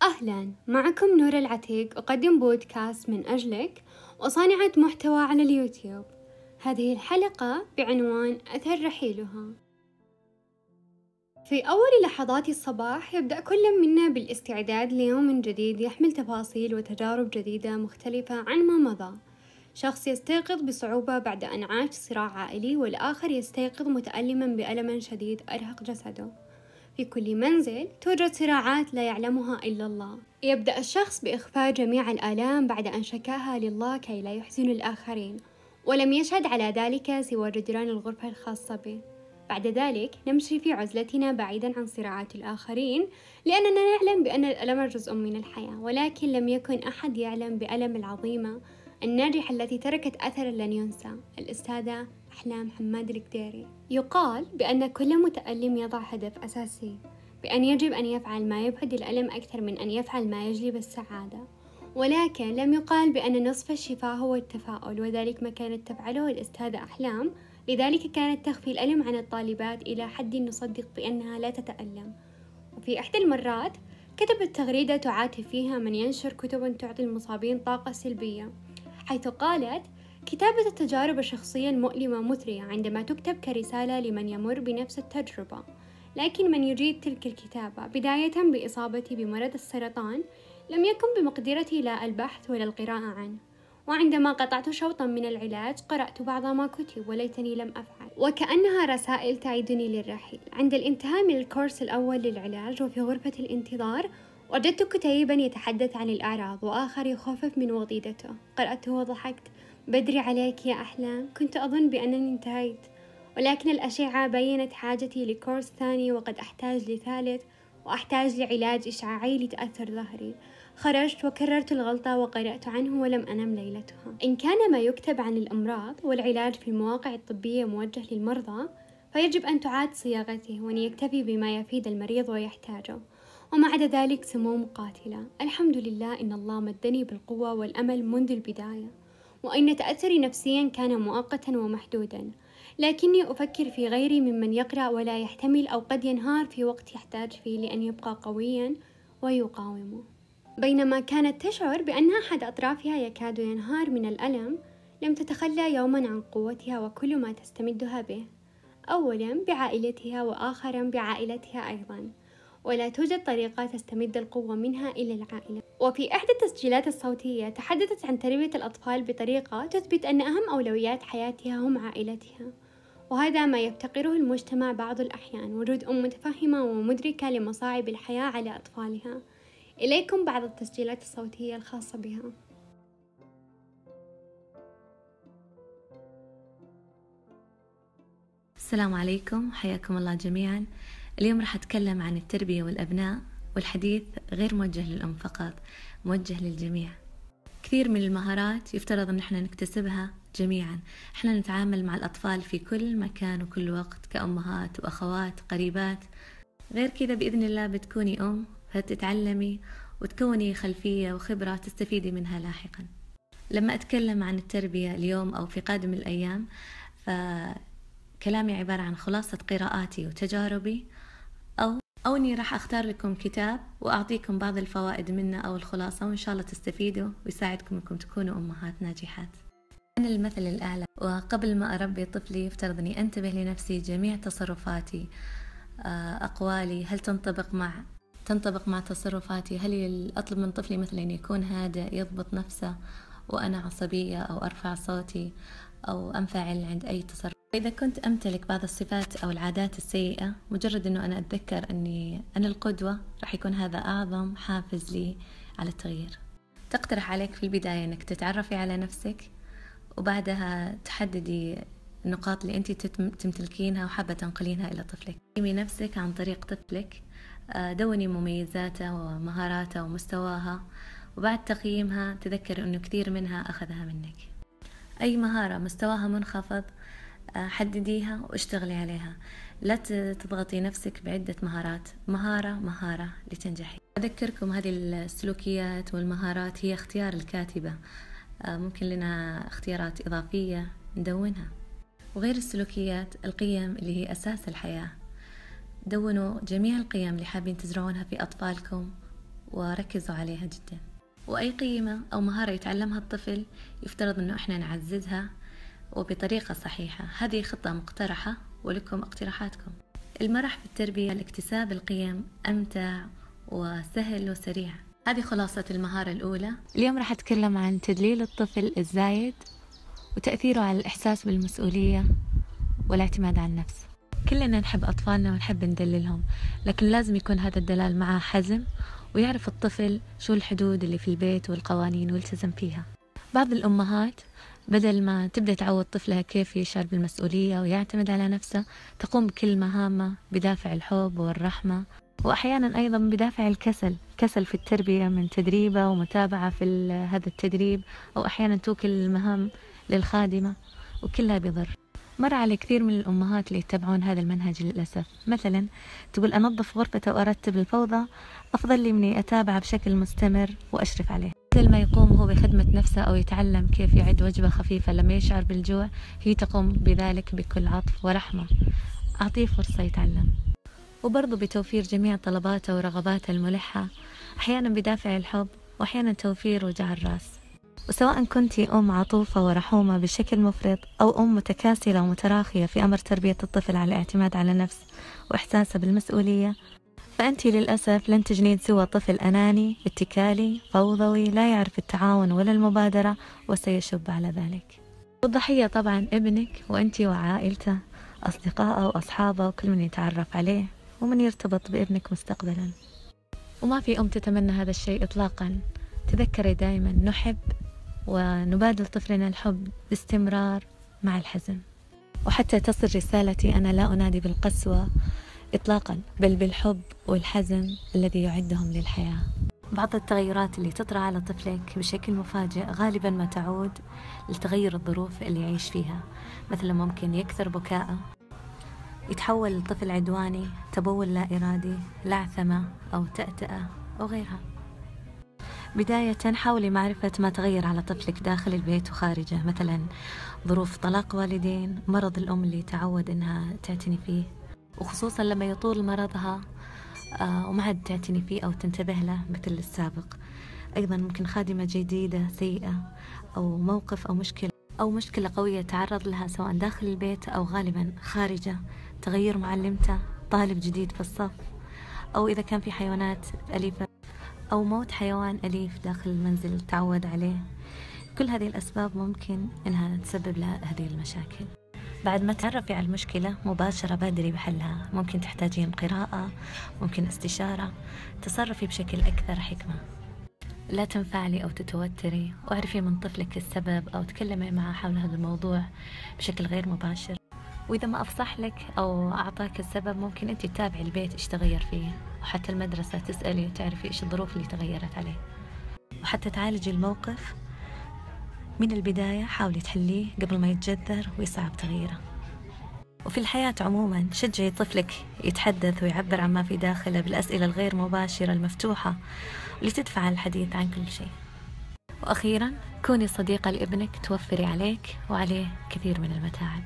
أهلاً، معكم نور العتيق، أقدم بودكاست من أجلك وصانعة محتوى على اليوتيوب. هذه الحلقة بعنوان أثر رحيلها. في أول لحظات الصباح يبدأ كل منا بالاستعداد ليوم جديد يحمل تفاصيل وتجارب جديدة مختلفة عن ما مضى. شخص يستيقظ بصعوبة بعد أن عاش صراع عائلي، والآخر يستيقظ متألما بألم شديد أرهق جسده. في كل منزل توجد صراعات لا يعلمها إلا الله. يبدأ الشخص بإخفاء جميع الآلام بعد أن شكاها لله كي لا يحزن الآخرين، ولم يشهد على ذلك سوى جدران الغرفة الخاصة به. بعد ذلك نمشي في عزلتنا بعيدا عن صراعات الآخرين، لأننا نعلم بأن الألم جزء من الحياة، ولكن لم يكن أحد يعلم بألم العظيمة الناجحة التي تركت أثرا لن ينسى، الأستاذة أحلام حماد القديري. يقال بأن كل متألم يضع هدف أساسي، بأن يجب أن يفعل ما يبعد الألم أكثر من أن يفعل ما يجلب السعادة، ولكن لم يقال بأن نصف الشفاء هو التفاؤل، وذلك ما كانت تفعله الأستاذة أحلام. لذلك كانت تخفي الألم عن الطالبات إلى حد نصدق بأنها لا تتألم. وفي إحدى المرات كتبت تغريدة تعاتب فيها من ينشر كتب تعطي المصابين طاقة سلبية، حيث قالت: كتابة التجارب الشخصية المؤلمة مثرية عندما تكتب كرسالة لمن يمر بنفس التجربة، لكن من يجيد تلك الكتابة بداية بإصابتي بمرض السرطان لم يكن بمقدرتي لا البحث ولا القراءة عنه، وعندما قطعت شوطا من العلاج قرأت بعض ما كتب وليتني لم أفعل، وكأنها رسائل تعيدني للرحيل. عند الانتهاء من الكورس الأول للعلاج وفي غرفة الانتظار وجدت كتيبا يتحدث عن الأعراض وآخر يخفف من وطيدته. قرأته وضحكت: بدري عليك يا أحلام، كنت أظن بأنني انتهيت، ولكن الأشعة بيّنت حاجتي لكورس ثاني وقد أحتاج لثالث، وأحتاج لعلاج إشعاعي لتأثر ظهري. خرجت وكررت الغلطة وقرأت عنه ولم أنم ليلتها. إن كان ما يكتب عن الأمراض والعلاج في المواقع الطبية موجه للمرضى، فيجب أن تعاد صياغته وأن يكتفي بما يفيد المريض ويحتاجه، وما عدا ذلك سموم قاتلة. الحمد لله إن الله مدني بالقوة والأمل منذ البداية، وإن تأثري نفسيا كان مؤقتا ومحدودا، لكني أفكر في غيري ممن يقرأ ولا يحتمل أو قد ينهار في وقت يحتاج فيه لأن يبقى قويا ويقاومه. بينما كانت تشعر بأن أحد أطرافها يكاد ينهار من الألم، لم تتخلى يوما عن قوتها وكل ما تستمدها به، أولا بعائلتها وآخرا بعائلتها أيضا، ولا توجد طريقة تستمد القوة منها إلا العائلة. وفي إحدى التسجيلات الصوتية تحدثت عن تربية الأطفال بطريقة تثبت أن أهم أولويات حياتها هم عائلتها، وهذا ما يفتقره المجتمع بعض الأحيان، وجود أم متفهمة ومدركة لمصاعب الحياة على أطفالها. إليكم بعض التسجيلات الصوتية الخاصة بها. السلام عليكم، حياكم الله جميعا. اليوم راح أتكلم عن التربية والأبناء، والحديث غير موجه للأم فقط، موجه للجميع. كثير من المهارات يفترض أن احنا نكتسبها جميعا. احنا نتعامل مع الأطفال في كل مكان وكل وقت كأمهات وأخوات قريبات. غير كذا بإذن الله بتكوني أم فتتعلمي وتكوني خلفية وخبرة تستفيدي منها لاحقا. لما أتكلم عن التربية اليوم أو في قادم الأيام، كلامي عبارة عن خلاصة قراءاتي وتجاربي، أو أني راح أختار لكم كتاب وأعطيكم بعض الفوائد منه أو الخلاصة، وإن شاء الله تستفيدوا ويساعدكم أنكم تكونوا أمهات ناجحات. أنا المثل الأعلى، وقبل ما أربي طفلي يفترض أني أنتبه لنفسي جميع تصرفاتي، أقوالي هل تنطبق مع تصرفاتي. هل أطلب من طفلي مثلا أن يكون هادئ يضبط نفسه وأنا عصبية، أو أرفع صوتي أو أنفعل عند أي تصرف. إذا كنت أمتلك بعض الصفات أو العادات السيئة، مجرد أنه أنا أتذكر أني أنا القدوة، راح يكون هذا أعظم حافز لي على التغيير. تقترح عليك في البداية أنك تتعرفي على نفسك، وبعدها تحددي النقاط اللي أنت تمتلكينها وحابة تنقلينها إلى طفلك. قيمي نفسك عن طريق طفلك، دوني مميزاته ومهاراته ومستواها، وبعد تقييمها تذكر أنه كثير منها أخذها منك. أي مهارة مستواها منخفض حدديها واشتغلي عليها. لا تضغطي نفسك بعدة مهارات، مهارة لتنجحي. أذكركم هذه السلوكيات والمهارات هي اختيار الكاتبة، ممكن لنا اختيارات إضافية ندونها. وغير السلوكيات، القيم اللي هي أساس الحياة. دونوا جميع القيم اللي حابين تزرعونها في أطفالكم وركزوا عليها جدا. وأي قيمة أو مهارة يتعلمها الطفل يفترض أنه إحنا نعززها وبطريقة صحيحة. هذه خطة مقترحة ولكم اقتراحاتكم. المرح في التربية لاكتساب القيم أمتع وسهل وسريع. هذه خلاصة المهارة الأولى. اليوم راح أتكلم عن تدليل الطفل الزايد وتأثيره على الإحساس بالمسؤولية والاعتماد على النفس. كلنا نحب أطفالنا ونحب ندللهم، لكن لازم يكون هذا الدلال معه حزم، ويعرف الطفل شو الحدود اللي في البيت والقوانين ويلتزم فيها. بعض الأمهات بدل ما تبدأ تعود طفلها كيف يشعر بالمسؤولية ويعتمد على نفسه، تقوم بكل مهامه بدافع الحب والرحمة، وأحيانا أيضا بدافع كسل في التربية من تدريبه ومتابعة في هذا التدريب، أو أحيانا توكل المهام للخادمة، وكلها بضر. مر على كثير من الأمهات اللي يتبعون هذا المنهج للأسف. مثلا تقول أنظف غرفته وأرتب الفوضى أفضل لي مني أتابعه بشكل مستمر وأشرف عليه. بدل ما يقوم هو بخدمة نفسه أو يتعلم كيف يعد وجبة خفيفة لما يشعر بالجوع، هي تقوم بذلك بكل عطف ورحمة. أعطيه فرصة يتعلم، وبرضه بتوفير جميع طلباته ورغباته الملحة، أحيانا بدافع الحب وأحيانا توفير وجع الراس. وسواء كنتي أم عطوفة ورحومة بشكل مفرط، أو أم متكاسلة ومتراخية في أمر تربية الطفل على الاعتماد على النفس وإحساسه بالمسؤولية، فأنت للأسف لن تجنين سوى طفل أناني اتكالي فوضوي لا يعرف التعاون ولا المبادرة، وسيشب على ذلك. والضحية طبعا ابنك وأنت وعائلته، أصدقائه وأصحابه وكل من يتعرف عليه ومن يرتبط بابنك مستقبلا. وما في أم تتمنى هذا الشيء إطلاقا. تذكري دائما نحب ونبادل طفلنا الحب باستمرار مع الحزن. وحتى تصل رسالتي أنا لا أنادي بالقسوة إطلاقا، بل بالحب والحزن الذي يعدهم للحياة. بعض التغيرات اللي تطرأ على طفلك بشكل مفاجئ غالبا ما تعود لتغير الظروف اللي يعيش فيها. مثلا ممكن يكثر بكاءه، يتحول لطفل عدواني، تبول لا إرادي، لعثمة أو تأتأة أو غيرها. بداية حاولي معرفة ما تغير على طفلك داخل البيت وخارجه، مثلا ظروف طلاق والدين، مرض الأم اللي تعود إنها تعتني فيه، وخصوصا لما يطول مرضها وما عاد تعتني فيه أو تنتبه له مثل السابق. أيضا ممكن خادمة جديدة سيئة، أو موقف أو مشكلة قوية تعرض لها سواء داخل البيت أو غالبا خارجه، تغير معلمته، طالب جديد في الصف، أو إذا كان في حيوانات أليفة، أو موت حيوان أليف داخل المنزل تعود عليه. كل هذه الأسباب ممكن إنها تسبب لها هذه المشاكل. بعد ما تعرفي على المشكلة مباشرة بادري بحلها. ممكن تحتاجين قراءة، ممكن استشارة، تصرفي بشكل أكثر حكمة. لا تنفعلي أو تتوتري، واعرفي من طفلك السبب أو تكلمي معه حول هذا الموضوع بشكل غير مباشر. وإذا ما أفصح لك أو أعطاك السبب، ممكن أنت تتابعي البيت إيش تغير فيه، وحتى المدرسة تسألي وتعرفي إيش الظروف اللي تغيرت عليه، وحتى تعالجي الموقف من البداية. حاولي تحليه قبل ما يتجذر ويصعب تغييره. وفي الحياة عموما شجعي طفلك يتحدث ويعبر عن ما في داخله بالأسئلة الغير مباشرة المفتوحة، لتدفع الحديث عن كل شيء. وأخيرا كوني صديقة لابنك، توفري عليك وعليه كثير من المتاعب.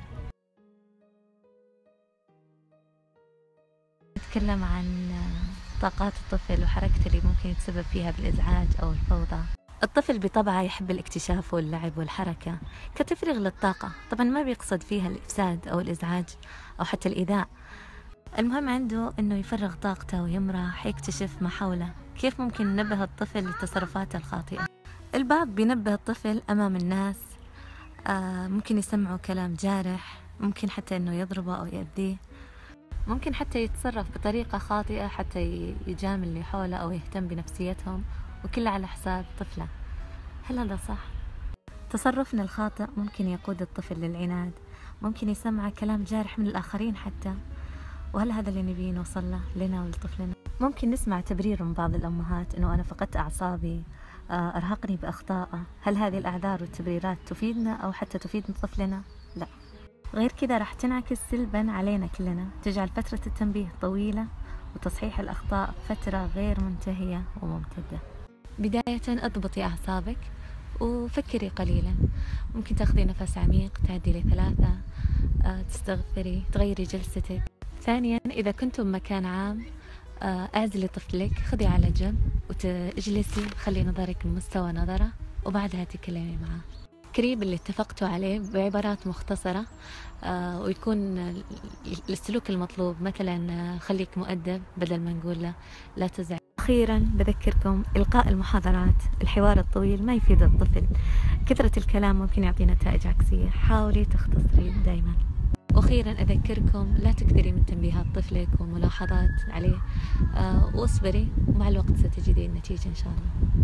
نتكلم عن طاقات الطفل وحركته اللي ممكن يتسبب فيها بالإزعاج أو الفوضى. الطفل بطبعه يحب الاكتشاف واللعب والحركة كتفريغ للطاقة، طبعا ما بيقصد فيها الإفساد أو الإزعاج أو حتى الإيذاء. المهم عنده أنه يفرغ طاقته ويمرح، يكتشف ما حوله. كيف ممكن ننبه الطفل لتصرفاته الخاطئة؟ البعض بينبه الطفل أمام الناس، ممكن يسمعه كلام جارح، ممكن حتى أنه يضربه أو يأذيه، ممكن حتى يتصرف بطريقة خاطئة حتى يجامل اللي حوله أو يهتم بنفسيتهم، وكله على حساب طفله. هل هذا صح؟ تصرفنا الخاطئ ممكن يقود الطفل للعناد، ممكن يسمع كلام جارح من الآخرين حتى. وهل هذا اللي نبيه نوصل له لنا ولطفلنا؟ ممكن نسمع تبرير من بعض الأمهات إنه أنا فقدت أعصابي، أرهقني بأخطائه. هل هذه الأعذار والتبريرات تفيدنا أو حتى تفيد طفلنا؟ لا. غير كذا راح تنعكس سلبا علينا كلنا، تجعل فترة التنبيه طويلة وتصحيح الأخطاء فترة غير منتهية وممتدة. بداية اضبطي أعصابك وفكري قليلا. ممكن تاخذي نفس عميق، تعدي ل3، تستغفري، تغيري جلستك. ثانيا إذا كنتم مكان عام، اعزلي طفلك، خذي على جنب وتجلسي خلي نظرك بمستوى نظره وبعدها تكلمي معه. التكريب اللي اتفقتوا عليه بعبارات مختصرة ويكون السلوك المطلوب، مثلا خليك مؤدب بدل ما نقول له لا تزعل. أخيرا بذكركم إلقاء المحاضرات الحوار الطويل ما يفيد الطفل، كثرة الكلام ممكن يعطي نتائج عكسية، حاولي تختصري دايما. وأخيرا أذكركم لا تكثري من تنبيهات طفلك وملاحظات عليه واصبري ومع الوقت ستجدين النتيجة إن شاء الله.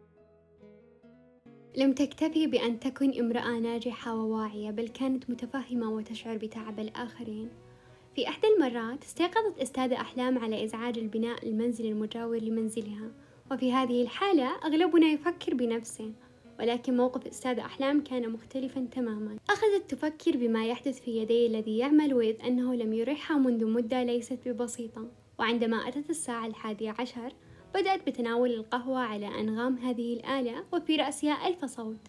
لم تكتفي بأن تكن امرأة ناجحة وواعية، بل كانت متفهمة وتشعر بتعب الآخرين. في إحدى المرات استيقظت أستاذة أحلام على إزعاج البناء المنزل المجاور لمنزلها، وفي هذه الحالة أغلبنا يفكر بنفسه، ولكن موقف أستاذة أحلام كان مختلفا تماما. أخذت تفكر بما يحدث في يدي الذي يعمل، وإذ أنه لم يرحها منذ مدة ليست ببسيطة. وعندما أتت الساعة 11 بدأت بتناول القهوة على أنغام هذه الآلة، وفي رأسها ألف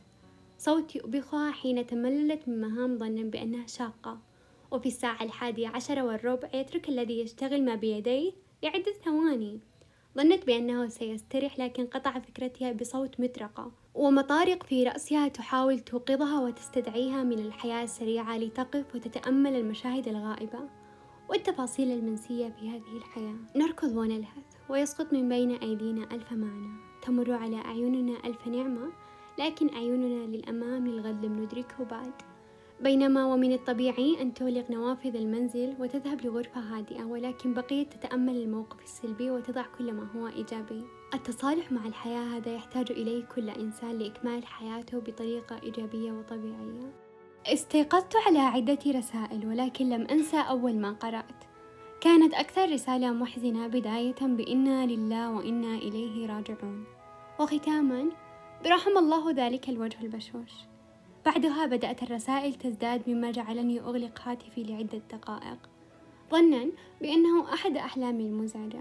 صوت يؤبخها حين تمللت من مهام ظنا بأنها شاقة. وفي الساعة 11:15 يترك الذي يشتغل ما بيديه لعدة ثواني. ظنت بأنه سيستريح، لكن قطع فكرتها بصوت مطرقة ومطارق في رأسها تحاول توقظها وتستدعيها من الحياة السريعة لتقف وتتأمل المشاهد الغائبة والتفاصيل المنسية في هذه الحياة. نركض ونلهث ويسقط من بين أيدينا ألف معنى، تمر على أعيننا ألف نعمة، لكن أعيننا للأمام للغد لم ندركه بعد. بينما ومن الطبيعي أن تغلق نوافذ المنزل وتذهب لغرفة هادئة، ولكن بقيت تتأمل الموقف السلبي وتضع كل ما هو إيجابي. التصالح مع الحياة هذا يحتاج إليه كل إنسان لإكمال حياته بطريقة إيجابية وطبيعية. استيقظت على عدة رسائل، ولكن لم أنسى أول ما قرأت. كانت أكثر رسالة محزنة، بداية بإنا لله وإنا إليه راجعون، وختاما برحم الله ذلك الوجه البشوش. بعدها بدأت الرسائل تزداد، مما جعلني أغلق هاتفي لعدة دقائق ظنا بأنه أحد أحلامي المزعجة.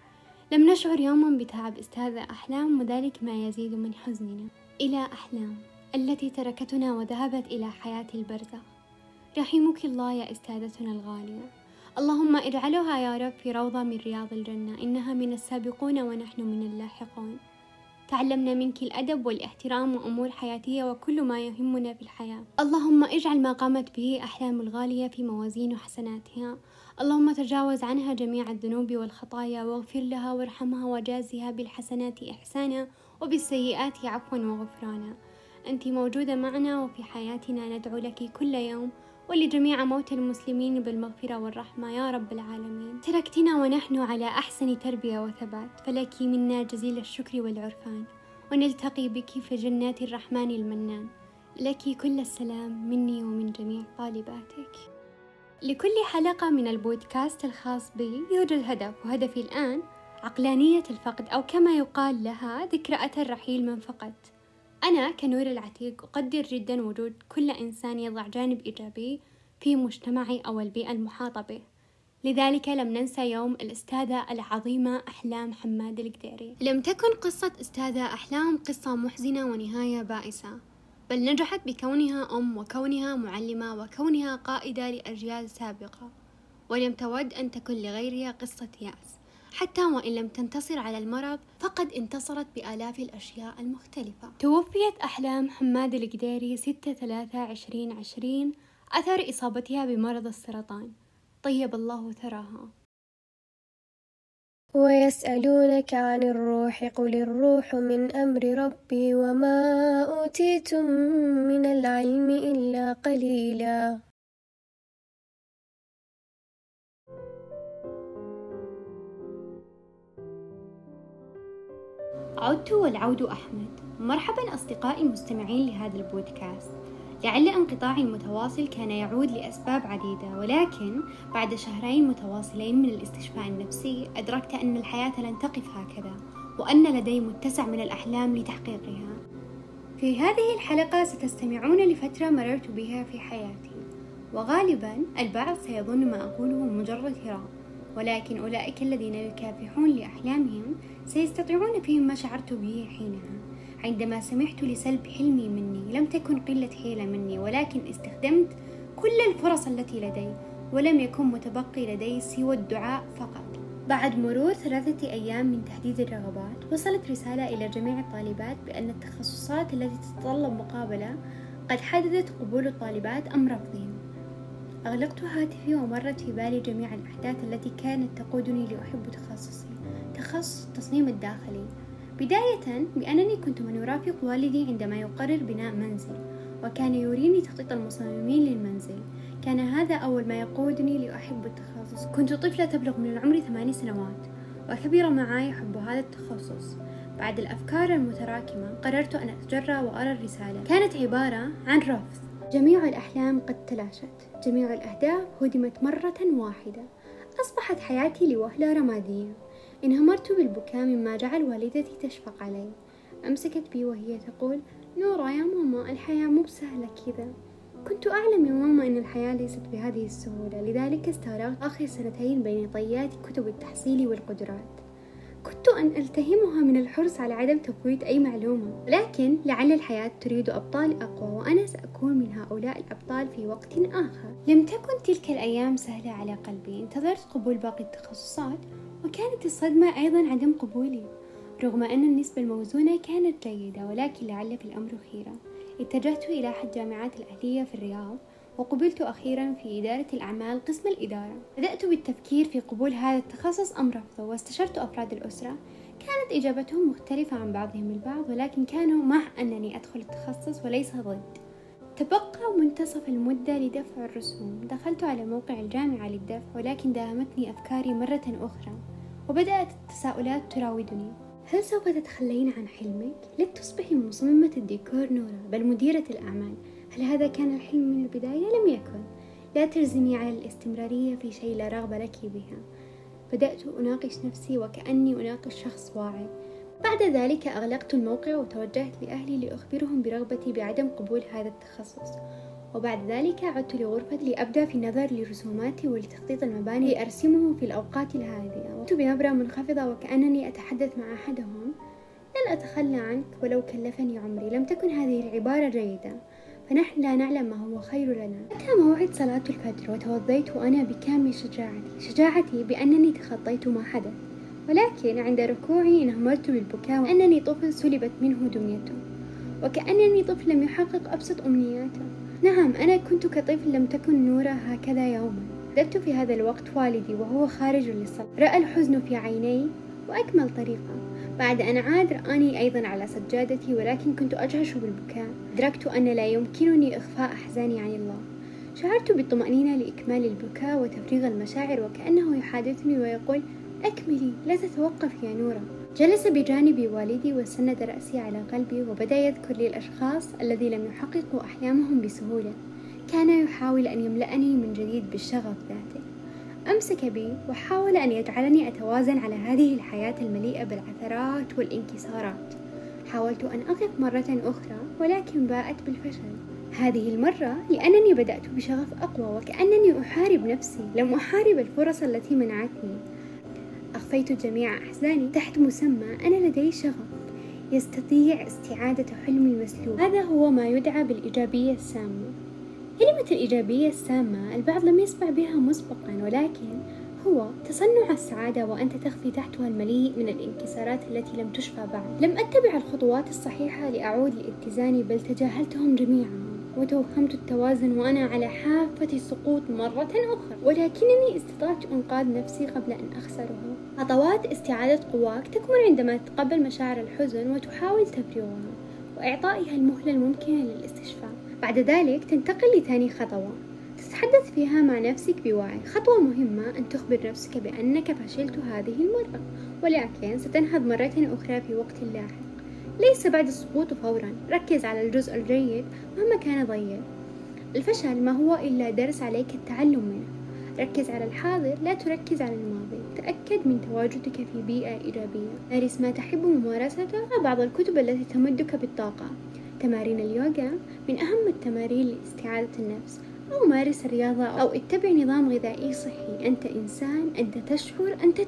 لم نشعر يوما بتعب أستاذة أحلام، وذلك ما يزيد من حزننا. إلى أحلام التي تركتنا وذهبت إلى حياة البرزخ، رحمك الله يا أستاذتنا الغالية. اللهم اجعلها يا رب في روضة من رياض الجنة، إنها من السابقون ونحن من اللاحقون. تعلمنا منك الأدب والاحترام وأمور حياتية وكل ما يهمنا في الحياة. اللهم اجعل ما قامت به أحلام الغالية في موازين حسناتها. اللهم تجاوز عنها جميع الذنوب والخطايا، واغفر لها وارحمها وجازها بالحسنات إحسانا وبالسيئات عفوا وغفرانا. أنت موجودة معنا وفي حياتنا، ندعو لك كل يوم ولجميع موتى المسلمين بالمغفرة والرحمة يا رب العالمين. تركتنا ونحن على أحسن تربية وثبات، فلك منا جزيل الشكر والعرفان، ونلتقي بك في جنات الرحمن المنان. لك كل السلام مني ومن جميع طالباتك. لكل حلقة من البودكاست الخاص بي يوجد هدف، وهدفي الآن عقلانية الفقد، أو كما يقال لها ذكرى أثر رحيل من فقد. أنا كنور العتيق أقدر جدا وجود كل إنسان يضع جانب إيجابي في مجتمعي أو البيئة المحاطة به، لذلك لم ننسى يوم الأستاذة العظيمة أحلام حماد القديري. لم تكن قصة أستاذة أحلام قصة محزنة ونهاية بائسة، بل نجحت بكونها أم وكونها معلمة وكونها قائدة لأجيال سابقة، ولم تود أن تكون لغيرها قصة يأس. حتى وإن لم تنتصر على المرض فقد انتصرت بآلاف الأشياء المختلفة. توفيت أحلام حماد القديري 6/3/2020 أثر إصابتها بمرض السرطان، طيب الله ثراها. ويسألونك عن الروح، قل الروح من أمر ربي وما أوتيتم من العلم إلا قليلا. عدت والعود أحمد. مرحبا أصدقائي المستمعين لهذا البودكاست. لعل انقطاعي المتواصل كان يعود لأسباب عديدة، ولكن بعد شهرين متواصلين من الاستشفاء النفسي أدركت أن الحياة لن تقف هكذا، وأن لدي متسع من الأحلام لتحقيقها. في هذه الحلقة ستستمعون لفترة مررت بها في حياتي، وغالبا البعض سيظن ما أقوله مجرد هراء، ولكن أولئك الذين يكافحون لأحلامهم سيستطيعون فهم ما شعرت به حينها. عندما سمحت لسلب حلمي مني لم تكن قلة حيلة مني، ولكن استخدمت كل الفرص التي لدي، ولم يكن متبقي لدي سوى الدعاء فقط. بعد مرور 3 أيام من تحديد الرغبات، وصلت رسالة إلى جميع الطالبات بأن التخصصات التي تتطلب مقابلة قد حددت قبول الطالبات أم رفضهم. أغلقت هاتفي ومرت في بالي جميع الأحداث التي كانت تقودني لأحب تخصصي، تخصص التصميم الداخلي. بداية بأنني كنت من يرافق والدي عندما يقرر بناء منزل، وكان يريني تخطيط المصممين للمنزل. كان هذا أول ما يقودني لأحب التخصص. كنت طفلة تبلغ من العمر 8 سنوات، وكبر معي حب هذا التخصص. بعد الأفكار المتراكمة قررت أن أتجرأ وأرى الرسالة. كانت عبارة عن رفض. جميع الأحلام قد تلاشت، جميع الأهداف هدمت مرة واحدة. أصبحت حياتي لوهلة رمادية. انهمرت بالبكاء مما جعل والدتي تشفق علي. أمسكت بي وهي تقول: نورا يا ماما، الحياة مو بسهلة كذا. كنت أعلم يا ماما أن الحياة ليست بهذه السهولة، لذلك استغرقت آخر 2 بين طيات كتب التحصيل والقدرات. كنت أن ألتهمها من الحرص على عدم تفويت أي معلومة، ولكن لعل الحياة تريد أبطال أقوى، وأنا سأكون من هؤلاء الأبطال في وقت آخر. لم تكن تلك الأيام سهلة على قلبي. انتظرت قبول باقي التخصصات، وكانت الصدمة أيضا عدم قبولي، رغم أن النسبة الموزونة كانت جيدة، ولكن لعل في الأمر خيرة. اتجهت إلى أحد الجامعات الأهلية في الرياض، وقبلت أخيرا في إدارة الأعمال قسم الإدارة. بدأت بالتفكير في قبول هذا التخصص أم رفضه، واستشرت أفراد الأسرة. كانت إجابتهم مختلفة عن بعضهم البعض، ولكن كانوا مع أنني أدخل التخصص وليس ضد. تبقى منتصف المدة لدفع الرسوم. دخلت على موقع الجامعة للدفع، ولكن داهمتني أفكاري مرة أخرى، وبدأت التساؤلات تراودني. هل سوف تتخلين عن حلمك؟ لن تصبحي مصممة الديكور نورا، بل مديرة الأعمال. هل هذا كان الحلم من البداية؟ لم يكن. لا ترزمي على الاستمرارية في شيء لا رغبة لك بها. بدأت أناقش نفسي وكأني أناقش شخص واعي. بعد ذلك أغلقت الموقع وتوجهت لأهلي لأخبرهم برغبتي بعدم قبول هذا التخصص. وبعد ذلك عدت لغرفتي لأبدأ في النظر لرسوماتي ولتخطيط المباني لأرسمه في الأوقات الهادئة. قلت بنبرة منخفضة وكأنني أتحدث مع أحدهم: لن أتخلى عنك ولو كلفني عمري. لم تكن هذه العبارة جيدة، فنحن لا نعلم ما هو خير لنا. أتى موعد صلاة الفجر، وتوضيت وأنا بكامل شجاعتي بأنني تخطيت ما حدث، ولكن عند ركوعي انهمرت بالبكاء، وأنني طفل سلبت منه دنيته، وكأنني طفل لم يحقق أبسط أمنياته. نعم، أنا كنت كطفل. لم تكن نورا هكذا يوما. بدأت في هذا الوقت والدي وهو خارج للصلاة. رأى الحزن في عيني وأكمل طريقة. بعد أن عاد رآني أيضا على سجادتي، ولكن كنت أجهش بالبكاء. أدركت أن لا يمكنني إخفاء أحزاني عن الله. شعرت بالطمأنينة لإكمال البكاء وتفريغ المشاعر، وكأنه يحادثني ويقول: أكملي، لا تتوقف يا نورا. جلس بجانبي والدي وسند رأسي على قلبي، وبدأ يذكر لي الأشخاص الذين لم يحققوا أحلامهم بسهولة. كان يحاول أن يملأني من جديد بالشغف ذاته. أمسك بي وحاول أن يجعلني أتوازن على هذه الحياة المليئة بالعثرات والانكسارات. حاولت أن أقف مرة أخرى، ولكن باءت بالفشل. هذه المرة لأنني بدأت بشغف أقوى، وكأنني أحارب نفسي، لم أحارب الفرص التي منعتني. أخفيت جميع أحزاني تحت مسمى أنا لدي شغف يستطيع استعادة حلمي المسلوب. هذا هو ما يدعى بالإيجابية السامة. كلمة الإيجابية السامة البعض لم يسمع بها مسبقا، ولكن هو تصنع السعادة وأنت تخفي تحتها المليء من الانكسارات التي لم تشفى بعد. لم أتبع الخطوات الصحيحة لأعود لاتزاني، بل تجاهلتهم جميعا وتوهمت التوازن وأنا على حافة السقوط مرة أخرى، ولكنني استطعت إنقاذ نفسي قبل أن أخسرها. خطوات استعادة قواك تكمن عندما تتقبل مشاعر الحزن وتحاول تفريغها وإعطائها المهلة الممكنة للاستشفاء. بعد ذلك تنتقل لثاني خطوة تتحدث فيها مع نفسك بوعي. خطوة مهمة أن تخبر نفسك بأنك فشلت هذه المرة، ولكن ستنهض مرة أخرى في وقت لاحق. ليس بعد السقوط فورا. ركز على الجزء الجيد مهما كان ضيق. الفشل ما هو إلا درس عليك التعلم منه. ركز على الحاضر، لا تركز على الماضي. تأكد من تواجدك في بيئة إيجابية. مارس ما تحب ممارسته. بعض الكتب التي تمدك بالطاقة. تمارين اليوغا من أهم التمارين لاستعادة النفس. أو مارس الرياضة، أو اتبع نظام غذائي صحي. أنت إنسان، أنت تشعر، أنت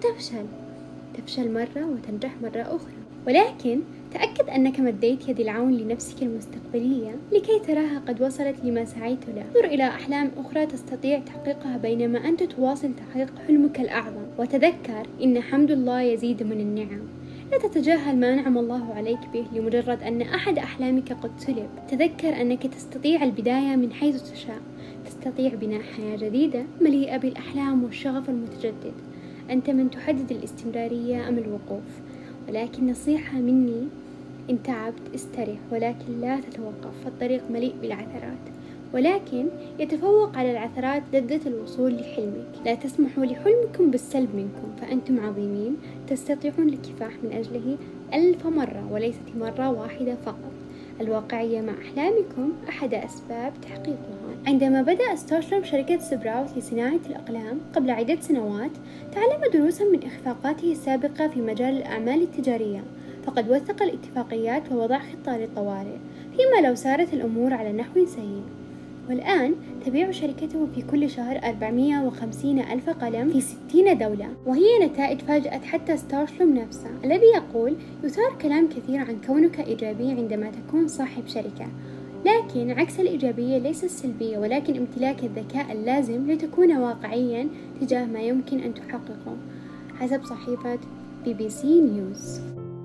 تفشل مرة وتنجح مرة أخرى، ولكن تأكد أنك مديت يد العون لنفسك المستقبلية لكي تراها قد وصلت لما سعيت له. انظر إلى أحلام أخرى تستطيع تحقيقها بينما أنت تواصل تحقيق حلمك الأعظم. وتذكر إن حمد الله يزيد من النعم. لا تتجاهل ما أنعم الله عليك به لمجرد أن أحد أحلامك قد سلب. تذكر أنك تستطيع البداية من حيث تشاء، تستطيع بناء حياة جديدة مليئة بالأحلام والشغف المتجدد. أنت من تحدد الاستمرارية أم الوقوف، ولكن نصيحة مني: إن تعبت استرح، ولكن لا تتوقف. فالطريق مليء بالعثرات، ولكن يتفوق على العثرات لذة الوصول لحلمك. لا تسمحوا لحلمكم بالسلب منكم، فأنتم عظيمين تستطيعون الكفاح من أجله 1000 مرة وليست مرة واحدة فقط. الواقعية مع أحلامكم أحد أسباب تحقيقها. عندما بدأ ستورشلوم شركة سبراوت لصناعة الأقلام قبل عدة سنوات، تعلم دروسا من إخفاقاته السابقة في مجال الأعمال التجارية، فقد وثق الاتفاقيات ووضع خطة للطوارئ فيما لو سارت الأمور على نحو سيء. والآن تبيع شركته في كل شهر 450,000 قلم في 60 دولة، وهي نتائج فاجأت حتى ستورشلوم نفسه، الذي يقول: يثار كلام كثير عن كونك إيجابي عندما تكون صاحب شركة، لكن عكس الإيجابية ليس السلبية، ولكن امتلاك الذكاء اللازم لتكون واقعيا تجاه ما يمكن أن تحققه، حسب صحيفة BBC نيوز.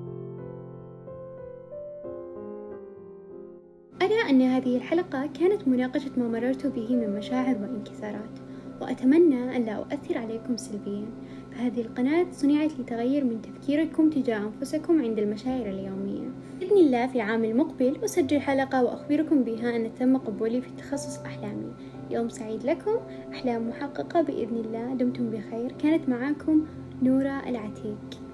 أرى أن هذه الحلقة كانت مناقشة ما مررت به من مشاعر وانكسارات، وأتمنى أن لا أؤثر عليكم سلبيا. فهذه القناة صنعت لتغير من تفكيركم تجاه أنفسكم عند المشاعر اليومية. بإذن الله في العام المقبل أسجل حلقة وأخبركم بها أن تم قبولي في تخصص أحلامي. يوم سعيد لكم، أحلام محققة بإذن الله. دمتم بخير. كانت معاكم نورة العتيق.